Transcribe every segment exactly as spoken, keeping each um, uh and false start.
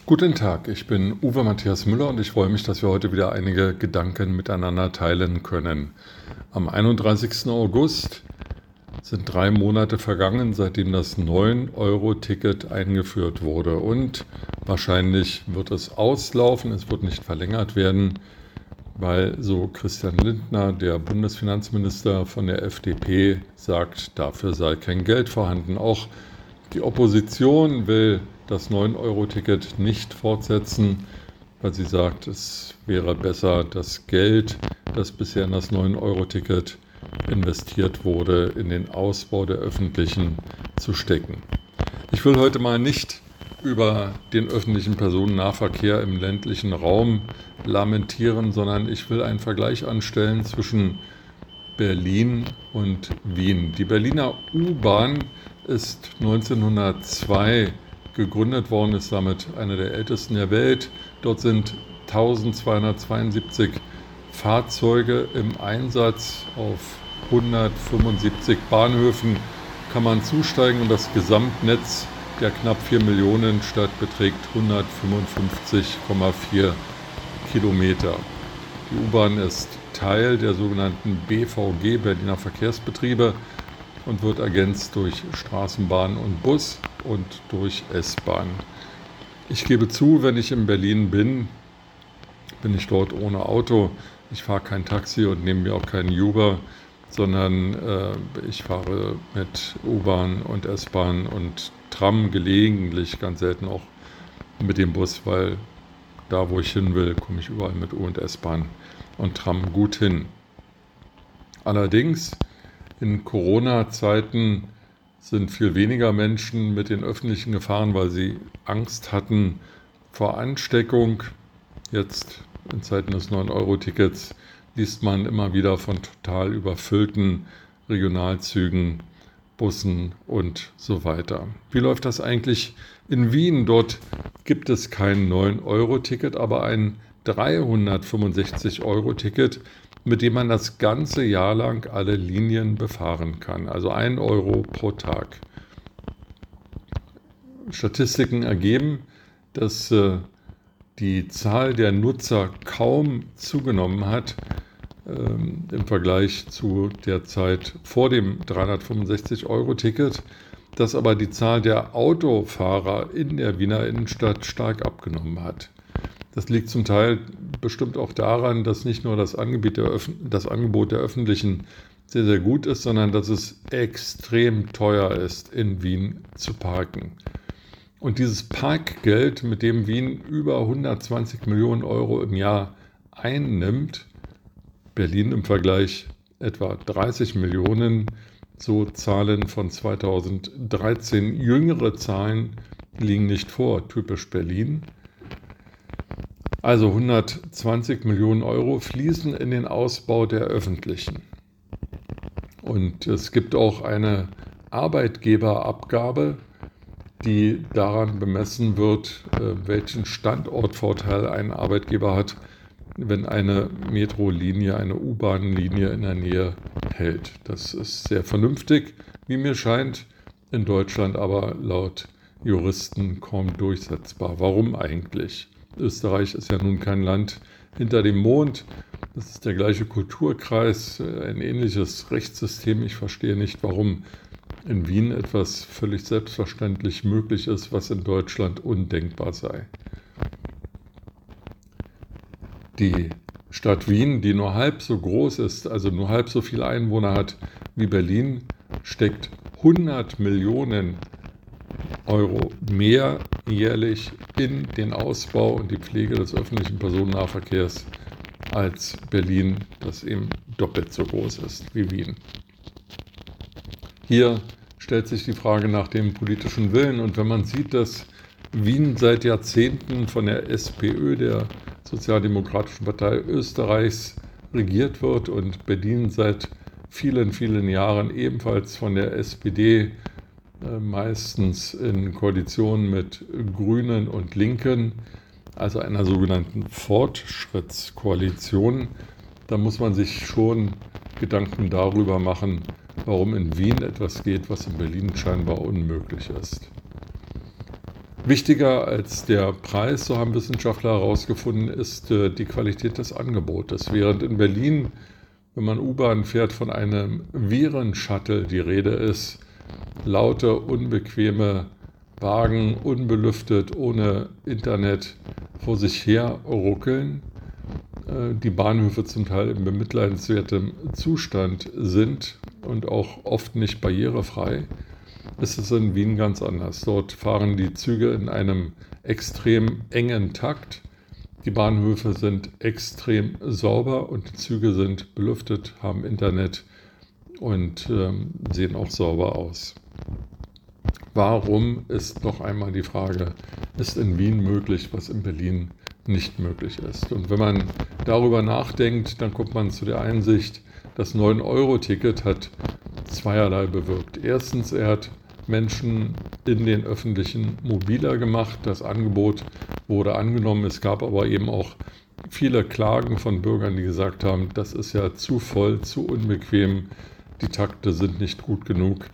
Guten Tag, ich bin Uwe Matthias Müller und ich freue mich, dass wir heute wieder einige Gedanken miteinander teilen können. Am einunddreißigsten August sind drei Monate vergangen, seitdem das neun Euro Ticket eingeführt wurde, und wahrscheinlich wird es auslaufen, es wird nicht verlängert werden, weil so Christian Lindner, der Bundesfinanzminister von der F D P, sagt, dafür sei kein Geld vorhanden. Auch die Opposition will das neun Euro Ticket nicht fortsetzen, weil sie sagt, es wäre besser, das Geld, das bisher in das neun Euro Ticket investiert wurde, in den Ausbau der öffentlichen zu stecken. Ich will heute mal nicht über den öffentlichen Personennahverkehr im ländlichen Raum lamentieren, sondern ich will einen Vergleich anstellen zwischen Berlin und Wien. Die Berliner U-Bahn ist neunzehnhundertzwei gegründet worden, ist damit eine der ältesten der Welt. Dort sind eintausendzweihundertzweiundsiebzig Fahrzeuge im Einsatz. Auf hundertfünfundsiebzig Bahnhöfen kann man zusteigen und das Gesamtnetz der knapp vier Millionen Stadt beträgt hundertfünfundfünfzig Komma vier Kilometer. Die U-Bahn ist Teil der sogenannten B V G, Berliner Verkehrsbetriebe, und wird ergänzt durch Straßenbahn und Bus und durch S-Bahn. Ich gebe zu, wenn ich in Berlin bin, bin ich dort ohne Auto. Ich fahre kein Taxi und nehme mir auch keinen Uber, sondern äh, ich fahre mit U-Bahn und S-Bahn und Tram, gelegentlich, ganz selten auch mit dem Bus, weil da, wo ich hin will, komme ich überall mit U- und S-Bahn und Tram gut hin. Allerdings in Corona-Zeiten sind viel weniger Menschen mit den Öffentlichen gefahren, weil sie Angst hatten vor Ansteckung. Jetzt in Zeiten des neun Euro Tickets liest man immer wieder von total überfüllten Regionalzügen, Bussen und so weiter. Wie läuft das eigentlich in Wien? Dort gibt es kein neun Euro Ticket, aber ein dreihundertfünfundsechzig Euro Ticket, mit dem man das ganze Jahr lang alle Linien befahren kann, also ein Euro pro Tag. Statistiken ergeben, dass äh, die Zahl der Nutzer kaum zugenommen hat ähm, im Vergleich zu der Zeit vor dem dreihundertfünfundsechzig Euro Ticket, dass aber die Zahl der Autofahrer in der Wiener Innenstadt stark abgenommen hat. Das liegt zum Teil bestimmt auch daran, dass nicht nur das Angebot der, Öf- das Angebot der Öffentlichen sehr, sehr gut ist, sondern dass es extrem teuer ist, in Wien zu parken. Und dieses Parkgeld, mit dem Wien über hundertzwanzig Millionen Euro im Jahr einnimmt, Berlin im Vergleich etwa dreißig Millionen, so Zahlen von zweitausenddreizehn. Jüngere Zahlen liegen nicht vor, typisch Berlin. Also hundertzwanzig Millionen Euro fließen in den Ausbau der Öffentlichen. Und es gibt auch eine Arbeitgeberabgabe, die daran bemessen wird, welchen Standortvorteil ein Arbeitgeber hat, wenn eine Metrolinie, eine U-Bahn-Linie in der Nähe hält. Das ist sehr vernünftig, wie mir scheint, in Deutschland aber laut Juristen kaum durchsetzbar. Warum eigentlich? Österreich ist ja nun kein Land hinter dem Mond. Das ist der gleiche Kulturkreis, ein ähnliches Rechtssystem. Ich verstehe nicht, warum in Wien etwas völlig selbstverständlich möglich ist, was in Deutschland undenkbar sei. Die Stadt Wien, die nur halb so groß ist, also nur halb so viele Einwohner hat wie Berlin, steckt hundert Millionen Euro mehr jährlich in den Ausbau und die Pflege des öffentlichen Personennahverkehrs als Berlin, das eben doppelt so groß ist wie Wien. Hier stellt sich die Frage nach dem politischen Willen, und wenn man sieht, dass Wien seit Jahrzehnten von der S P Ö, der Sozialdemokratischen Partei Österreichs, regiert wird und Berlin seit vielen, vielen Jahren ebenfalls von der S P D, meistens in Koalition mit Grünen und Linken, also einer sogenannten Fortschrittskoalition, da muss man sich schon Gedanken darüber machen, warum in Wien etwas geht, was in Berlin scheinbar unmöglich ist. Wichtiger als der Preis, so haben Wissenschaftler herausgefunden, ist äh, die Qualität des Angebotes. Während in Berlin, wenn man U-Bahn fährt, von einem Viren-Shuttle die Rede ist, laute, unbequeme Wagen, unbelüftet, ohne Internet vor sich her ruckeln, äh, die Bahnhöfe zum Teil in bemitleidenswertem Zustand sind und auch oft nicht barrierefrei, ist es in Wien ganz anders. Dort fahren die Züge in einem extrem engen Takt. Die Bahnhöfe sind extrem sauber und die Züge sind belüftet, haben Internet und ähm, sehen auch sauber aus. Warum ist noch einmal die Frage, ist in Wien möglich, was in Berlin nicht möglich ist? Und wenn man darüber nachdenkt, dann kommt man zu der Einsicht, das neun Euro Ticket hat zweierlei bewirkt. Erstens, er hat Menschen in den öffentlichen mobiler gemacht. Das Angebot wurde angenommen. Es gab aber eben auch viele Klagen von Bürgern, die gesagt haben, das ist ja zu voll, zu unbequem, die Takte sind nicht gut genug.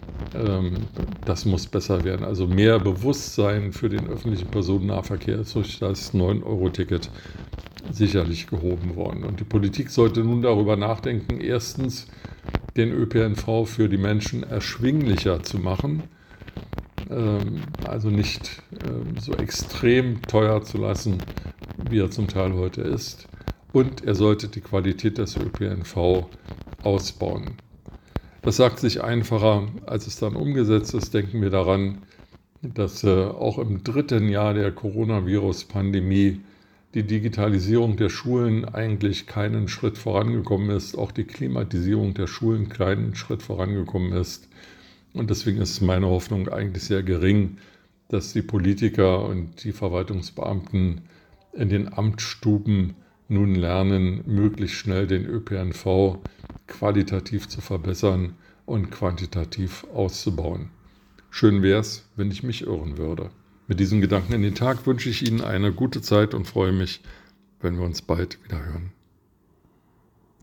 Das muss besser werden. Also mehr Bewusstsein für den öffentlichen Personennahverkehr ist durch das neun Euro Ticket sicherlich gehoben worden. Und die Politik sollte nun darüber nachdenken, erstens den Ö P N V für die Menschen erschwinglicher zu machen, also nicht so extrem teuer zu lassen, wie er zum Teil heute ist. Und er sollte die Qualität des Ö P N V ausbauen. Das sagt sich einfacher, als es dann umgesetzt ist. Denken wir daran, dass äh, auch im dritten Jahr der Coronavirus-Pandemie die Digitalisierung der Schulen eigentlich keinen Schritt vorangekommen ist, auch die Klimatisierung der Schulen keinen Schritt vorangekommen ist. Und deswegen ist meine Hoffnung eigentlich sehr gering, dass die Politiker und die Verwaltungsbeamten in den Amtsstuben nun lernen, möglichst schnell den Ö P N V qualitativ zu verbessern und quantitativ auszubauen. Schön wäre es, wenn ich mich irren würde. Mit diesen Gedanken in den Tag wünsche ich Ihnen eine gute Zeit und freue mich, wenn wir uns bald wieder hören.